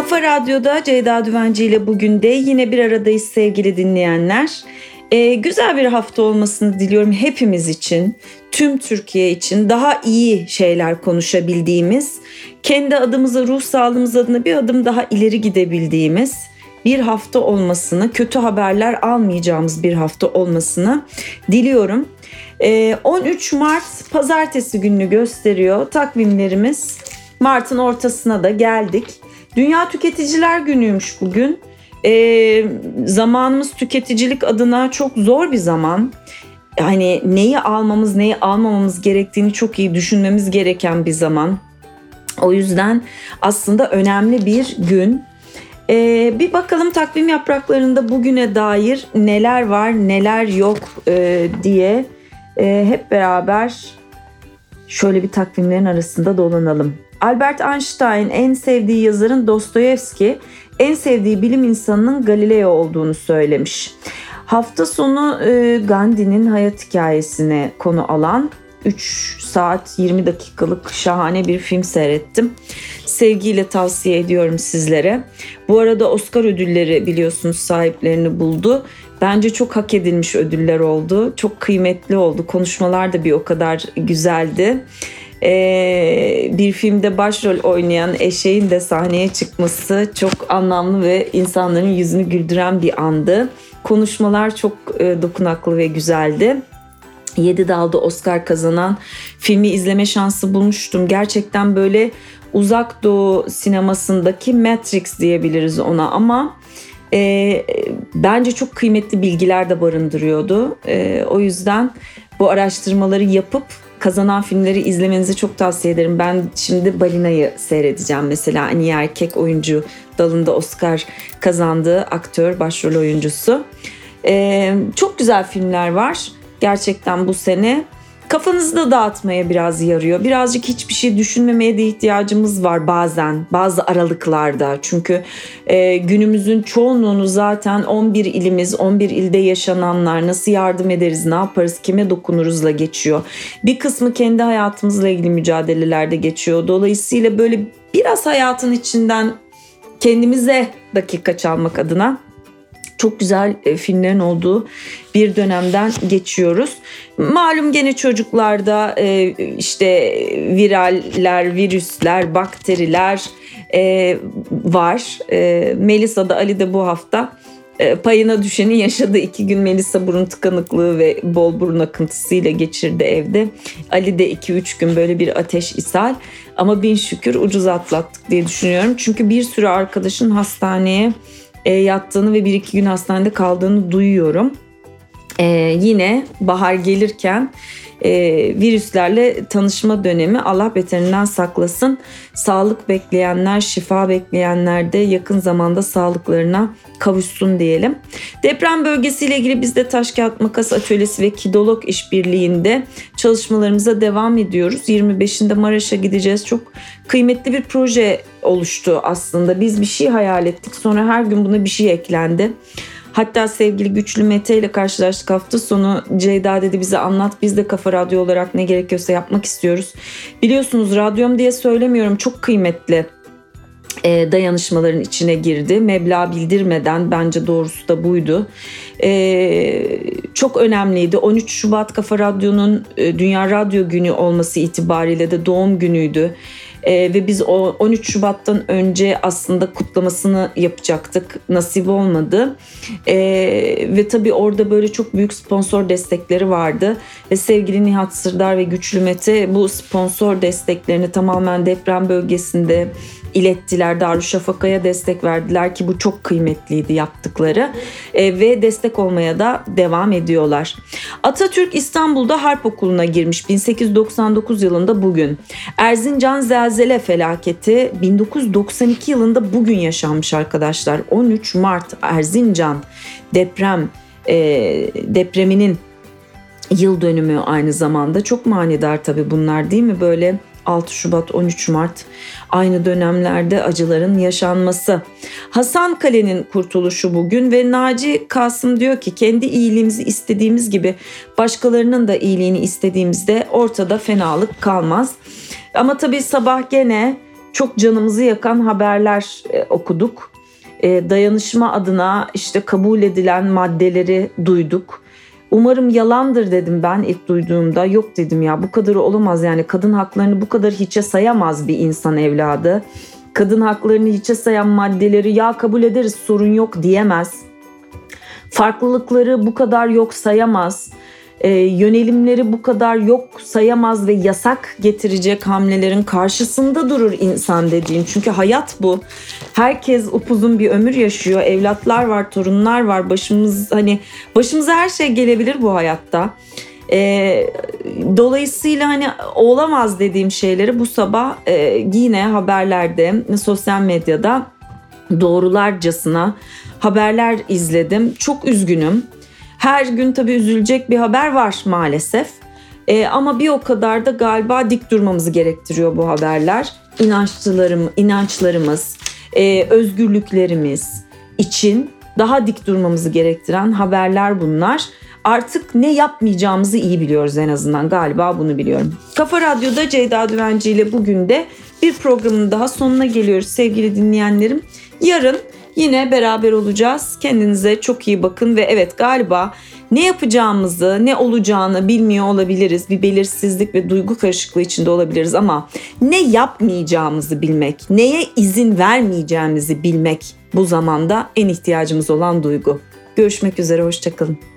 Kafa Radyo'da Ceyda Düvenci ile bugün de yine bir aradayız sevgili dinleyenler. Güzel bir hafta olmasını diliyorum hepimiz için, tüm Türkiye için daha iyi şeyler konuşabildiğimiz, kendi adımıza, ruh sağlığımız adına bir adım daha ileri gidebildiğimiz bir hafta olmasını, kötü haberler almayacağımız bir hafta olmasını diliyorum. 13 Mart Pazartesi gününü gösteriyor takvimlerimiz. Mart'ın ortasına da geldik. Dünya Tüketiciler Günü'ymüş bugün. Zamanımız tüketicilik adına çok zor bir zaman. Hani neyi almamız, neyi almamamız gerektiğini çok iyi düşünmemiz gereken bir zaman. O yüzden aslında önemli bir gün. Bir bakalım takvim yapraklarında bugüne dair neler var, neler yok diye hep beraber şöyle bir takvimlerin arasında dolanalım. Albert Einstein en sevdiği yazarın Dostoyevski, en sevdiği bilim insanının Galileo olduğunu söylemiş. Hafta sonu Gandhi'nin hayat hikayesine konu alan 3 saat 20 dakikalık şahane bir film seyrettim. Sevgiyle tavsiye ediyorum sizlere. Bu arada Oscar ödülleri biliyorsunuz sahiplerini buldu. Bence çok hak edilmiş ödüller oldu. Çok kıymetli oldu. Konuşmalar da bir o kadar güzeldi. Bir filmde başrol oynayan eşeğin de sahneye çıkması çok anlamlı ve insanların yüzünü güldüren bir andı. Konuşmalar çok dokunaklı ve güzeldi. 7 dalda Oscar kazanan filmi izleme şansı bulmuştum. Gerçekten böyle uzak doğu sinemasındaki Matrix diyebiliriz ona ama bence çok kıymetli bilgiler de barındırıyordu. O yüzden bu araştırmaları yapıp kazanan filmleri izlemenizi çok tavsiye ederim. Ben şimdi Balina'yı seyredeceğim mesela. En iyi erkek oyuncu dalında Oscar kazandığı aktör, başrol oyuncusu. Çok güzel filmler var gerçekten bu sene. Kafanızı da dağıtmaya biraz yarıyor. Birazcık hiçbir şey düşünmemeye de ihtiyacımız var bazen, bazı aralıklarda. Çünkü günümüzün çoğunluğunu zaten 11 ilimiz, 11 ilde yaşananlar, nasıl yardım ederiz, ne yaparız, kime dokunuruzla geçiyor. Bir kısmı kendi hayatımızla ilgili mücadelelerde geçiyor. Dolayısıyla böyle biraz hayatın içinden kendimize dakika çalmak adına çok güzel filmlerin olduğu bir dönemden geçiyoruz. Malum gene çocuklarda işte viraller, virüsler, bakteriler var. Melisa da Ali de bu hafta payına düşeni yaşadı. 2 gün Melisa burun tıkanıklığı ve bol burun akıntısıyla geçirdi evde. Ali de 2-3 gün böyle bir ateş, ishal. Ama bin şükür ucuz atlattık diye düşünüyorum. Çünkü bir sürü arkadaşın hastaneye yattığını ve 1-2 gün hastanede kaldığını duyuyorum. Yine bahar gelirken virüslerle tanışma dönemi, Allah beterinden saklasın. Sağlık bekleyenler, şifa bekleyenler de yakın zamanda sağlıklarına kavuşsun diyelim. Deprem bölgesiyle ilgili biz de Taş Kağıt Makas Atölyesi ve Kidolog işbirliğinde çalışmalarımıza devam ediyoruz. 25'inde Maraş'a gideceğiz. Çok kıymetli bir proje oluştu aslında. Biz bir şey hayal ettik. Sonra her gün buna bir şey eklendi. Hatta sevgili Güçlü Mete ile karşılaştık hafta sonu. Ceyda dedi bize anlat, biz de Kafa Radyo olarak ne gerekiyorsa yapmak istiyoruz. Biliyorsunuz radyom diye söylemiyorum, çok kıymetli dayanışmaların içine girdi. Meblağ bildirmeden, bence doğrusu da buydu. Çok önemliydi. 13 Şubat Kafa Radyo'nun Dünya Radyo Günü olması itibariyle de doğum günüydü. Ve biz o 13 Şubat'tan önce aslında kutlamasını yapacaktık. Nasip olmadı. Ve tabii orada böyle çok büyük sponsor destekleri vardı. Ve sevgili Nihat Sırdar ve Güçlü Mete bu sponsor desteklerini tamamen deprem bölgesinde ilettiler. Darüşşafaka'ya destek verdiler ki bu çok kıymetliydi yaptıkları. Ve destek olmaya da devam ediyorlar. Atatürk İstanbul'da Harp Okulu'na girmiş 1899 yılında bugün. Erzincan zelzele felaketi 1992 yılında bugün yaşanmış arkadaşlar. 13 Mart Erzincan depreminin yıl dönümü aynı zamanda. Çok manidar tabii bunlar, değil mi? Böyle 6 Şubat, 13 Mart aynı dönemlerde acıların yaşanması. Hasankale'nin kurtuluşu bugün ve Naci Kasım diyor ki kendi iyiliğimizi istediğimiz gibi başkalarının da iyiliğini istediğimizde ortada fenalık kalmaz. Ama tabii sabah gene çok canımızı yakan haberler okuduk. Dayanışma adına işte kabul edilen maddeleri duyduk. Umarım yalandır dedim ben ilk duyduğumda. Yok dedim ya, bu kadarı olamaz yani, kadın haklarını bu kadar hiçe sayamaz bir insan evladı. Kadın haklarını hiçe sayan maddeleri ya kabul ederiz, sorun yok diyemez. Farklılıkları bu kadar yok sayamaz. Yönelimleri bu kadar yok sayamaz ve yasak getirecek hamlelerin karşısında durur insan dediğim. Çünkü hayat bu. Herkes upuzun bir ömür yaşıyor. Evlatlar var, torunlar var. Başımıza her şey gelebilir bu hayatta. Dolayısıyla hani olamaz dediğim şeyleri bu sabah yine haberlerde, sosyal medyada doğrularcasına haberler izledim. Çok üzgünüm. Her gün tabii üzülecek bir haber var maalesef. Ama bir o kadar da galiba dik durmamızı gerektiriyor bu haberler. İnançlarımız, özgürlüklerimiz için daha dik durmamızı gerektiren haberler bunlar. Artık ne yapmayacağımızı iyi biliyoruz, en azından galiba bunu biliyorum. Kafa Radyo'da Ceyda Düvenci ile bugün de bir programın daha sonuna geliyoruz sevgili dinleyenlerim. Yarın yine beraber olacağız. Kendinize çok iyi bakın ve evet, galiba ne yapacağımızı, ne olacağını bilmiyor olabiliriz. Bir belirsizlik ve duygu karışıklığı içinde olabiliriz ama ne yapmayacağımızı bilmek, neye izin vermeyeceğimizi bilmek bu zamanda en ihtiyacımız olan duygu. Görüşmek üzere, hoşça kalın.